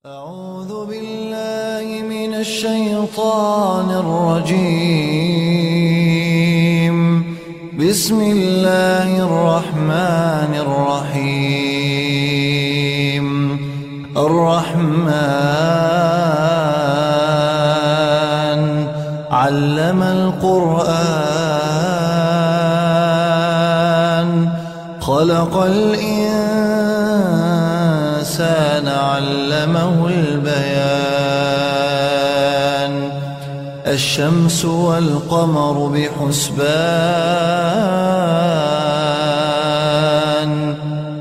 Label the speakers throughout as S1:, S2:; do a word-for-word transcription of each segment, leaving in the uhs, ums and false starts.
S1: أعوذ بالله من الشيطان الرجيم. بسم الله الرحمن الرحيم. الرحمن علم القرآن خلق الإنسان علمه البيان. الشمس والقمر بحسبان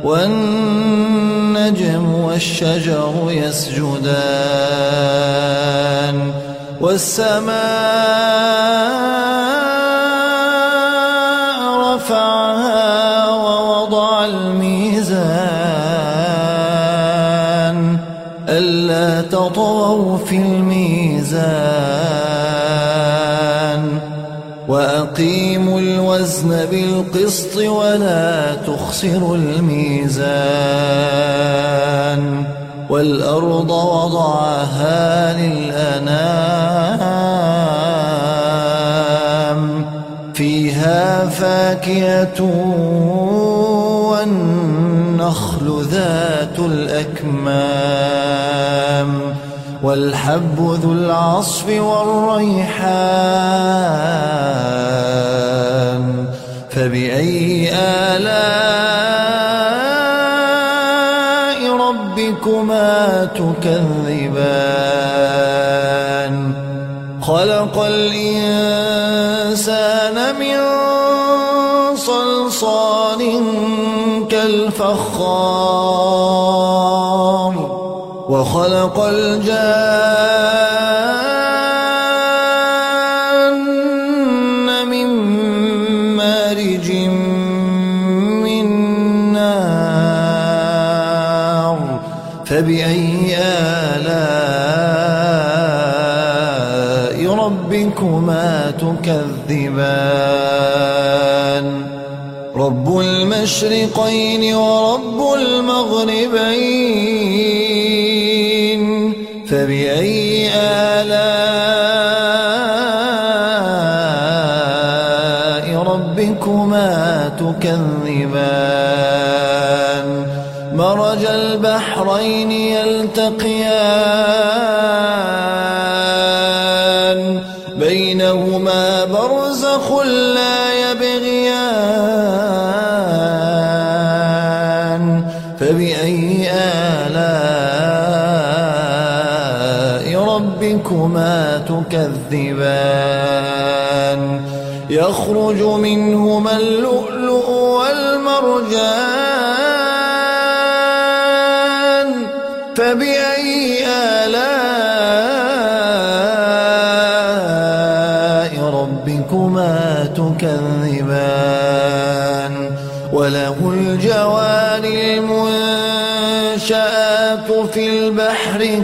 S1: والنجم والشجر يسجدان والسماء رفعها ووضع الميزان ألا تطغوا في الميزان وأقيموا الوزن بالقسط ولا تخسروا الميزان والأرض وضعها للأنام فيها فاكهة والنخل ذات الأكمام والحب ذو العصف والريحان فبأي آلاء ربكما تكذبان. خلق الإنسان من صلصال كالفخار وخلق الجان من مارج من نار فبأي آلاء ربكما تكذبان. رب المشرقين ورب المغربين فبأي آلاء ربكما تكذبان. مرج البحرين يلتقيان بينهما برزخ لا يبغيان فبأي آلاء ربكما تكذبان. يخرج منهما اللؤلؤ والمرجان فبأي آلاء ربكما تكذبان. وله الجوار المنشآت في البحر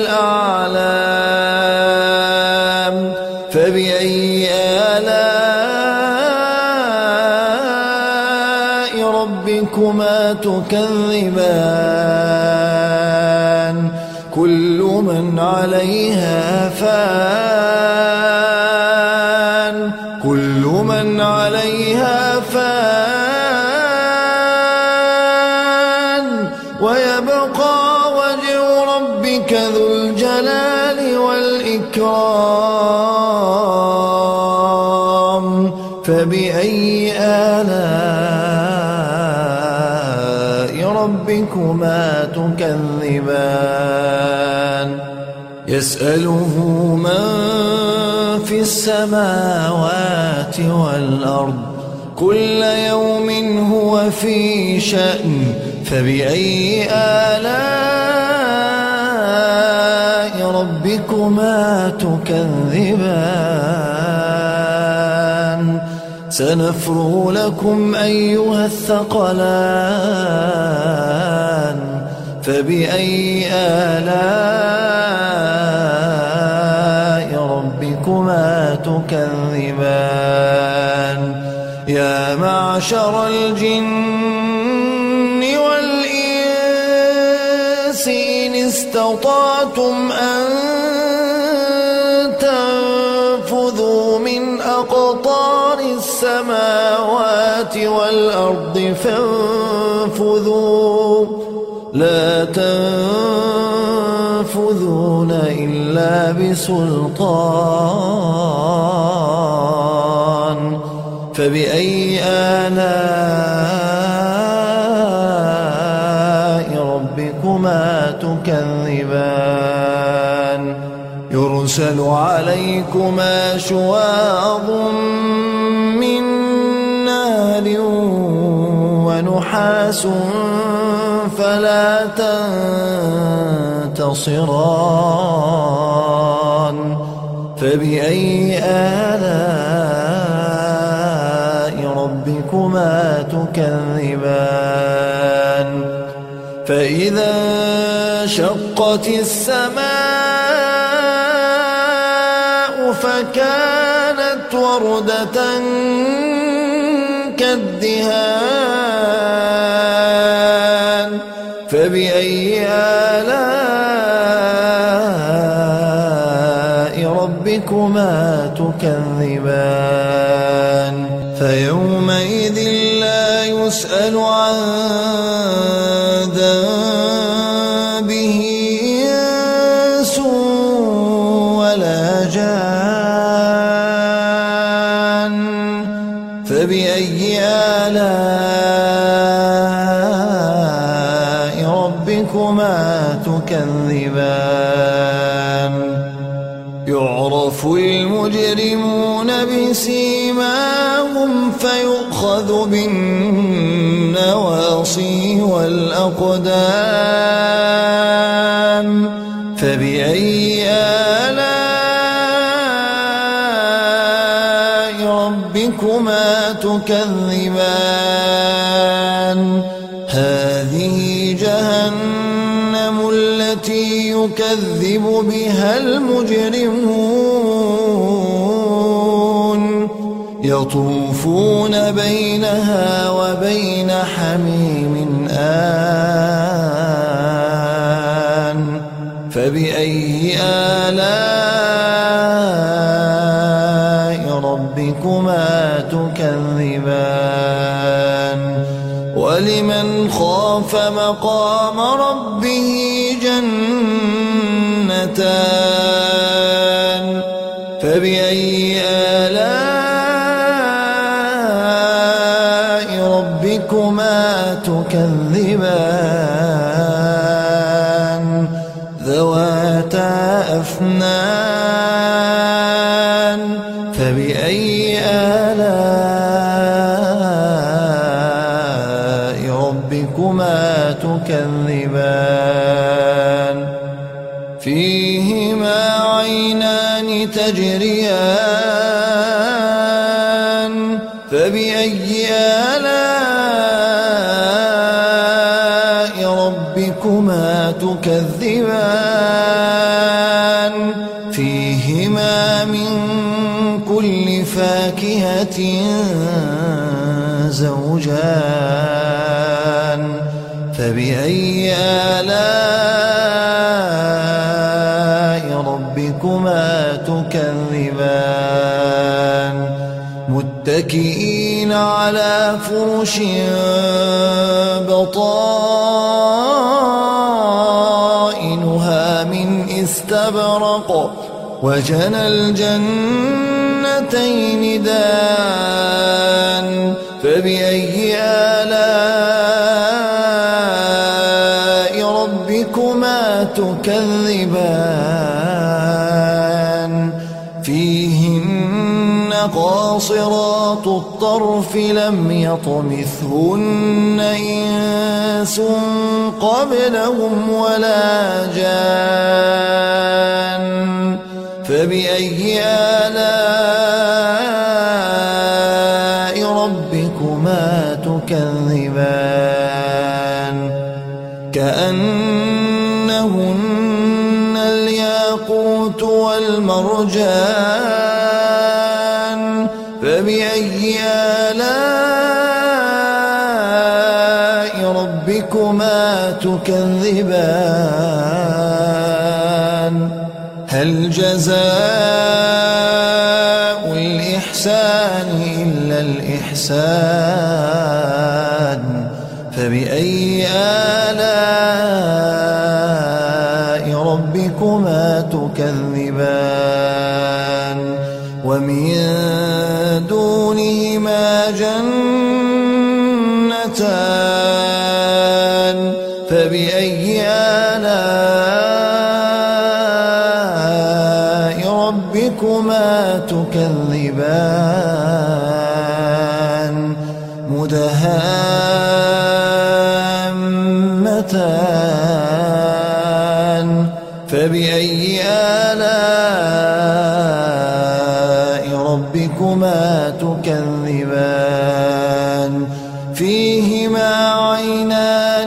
S1: كالأعلام فبأي آلاء ربكما تكذبان. كل من عليها فان كل من عليها فان ويبقى وجه ربك ذو الجلال والإكرام فبأي آلاء ربكما تكذبان. يسأله من في السماوات والأرض كل يوم هو في شأن فبأي آلاء ربكما تكذبان. سنفرغ لكم أيها الثقلان فبأي آلاء ربكما تكذبان. يا معشر الجن والإنس إن استطعتم استطعتم أن تنفذوا من أقطار السماوات والأرض فانفذوا لا تنفذون إلا بسلطان فبأي آلاء ربكما تكذبان يرسل عليكما شواظ من نار ونحاس فلا تنتصران فبأي آلاء ربكما تكذبان فإذا انشقت السماء فكانت وردة كالدهان فبأي آلاء ربكما تكذبان فيومئذ لا يسأل عن ذنبه إنس ولا جان فبأي آلاء ربكما تكذبان يعرف المجرمون بسيماهم فيؤخذ بالنواصي والأقدام فبأي آلاء ربكما تكذبان هذه جهنم التي يكذب بها المجرمون يطوفون بينها وبين حميم آن فبأي آلاء ربكما تكذبان ولمن خاف مقام ربه جنتان فبأي آلاء ربكما تكذبان ذواتا أفنان فبأي آلاء ربكما تكذبان فيهما عينان تجريان فبأي آلاء ربكما تكذبان فيهما من كل فاكهة زوجان فبأي آلاء ربكما تكذبان متكئين على فرش بطائنها من استبرق وجنى الجنتين دان فبأي آلاء ربكما تكذبان فيهن قاصرات الطرف لم يطمثهن إنس قبلهم ولا جان فبأي آلاء ربكما تكذبان كأنهن الياقوت والمرجان فبأي آلاء ربكما تكذبان هل جزاء الإحسان إلا الإحسان فبأي آلاء ربكما تكذبان ومن دونهما جنتان فبأي آلاء ربكما تكذبان مدهامتان فبأي آلاء ربكما تكذبان فيهما عينان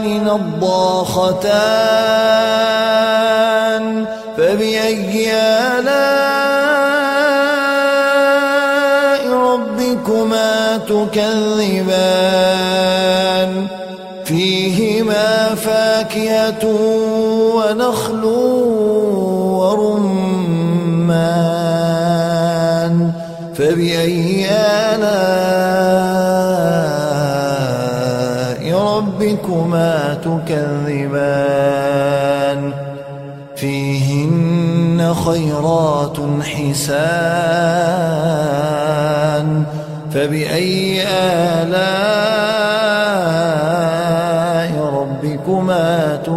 S1: نضاختان فبأي آلاء ربكما تكذبان فيهما فاكهة ونخل ورمان فبأي آلاء ربكما تكذبان فيهن خيرات حسان فبأي آلاء ربكما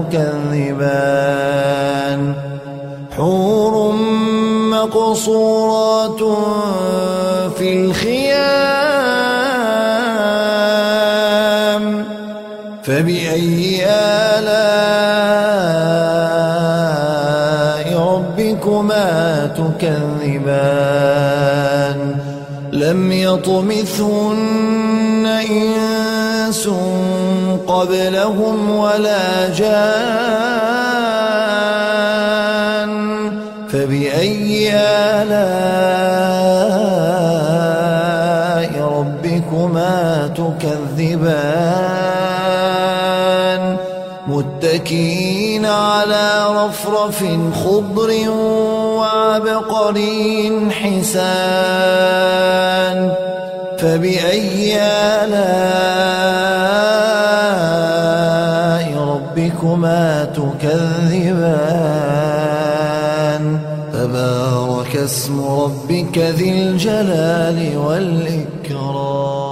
S1: تكذبان حور مقصورات في الخيام فبأي آلاء ربكما تكذبان لم يطمثهن إنس قبلهم ولا جان فبأي آلاء ربكما تكذبان متكئين على رفرف خضر وعبقري حسان فبأي آلاء ربكما تكذبان تبارك اسم ربك ذي الجلال والإكرام.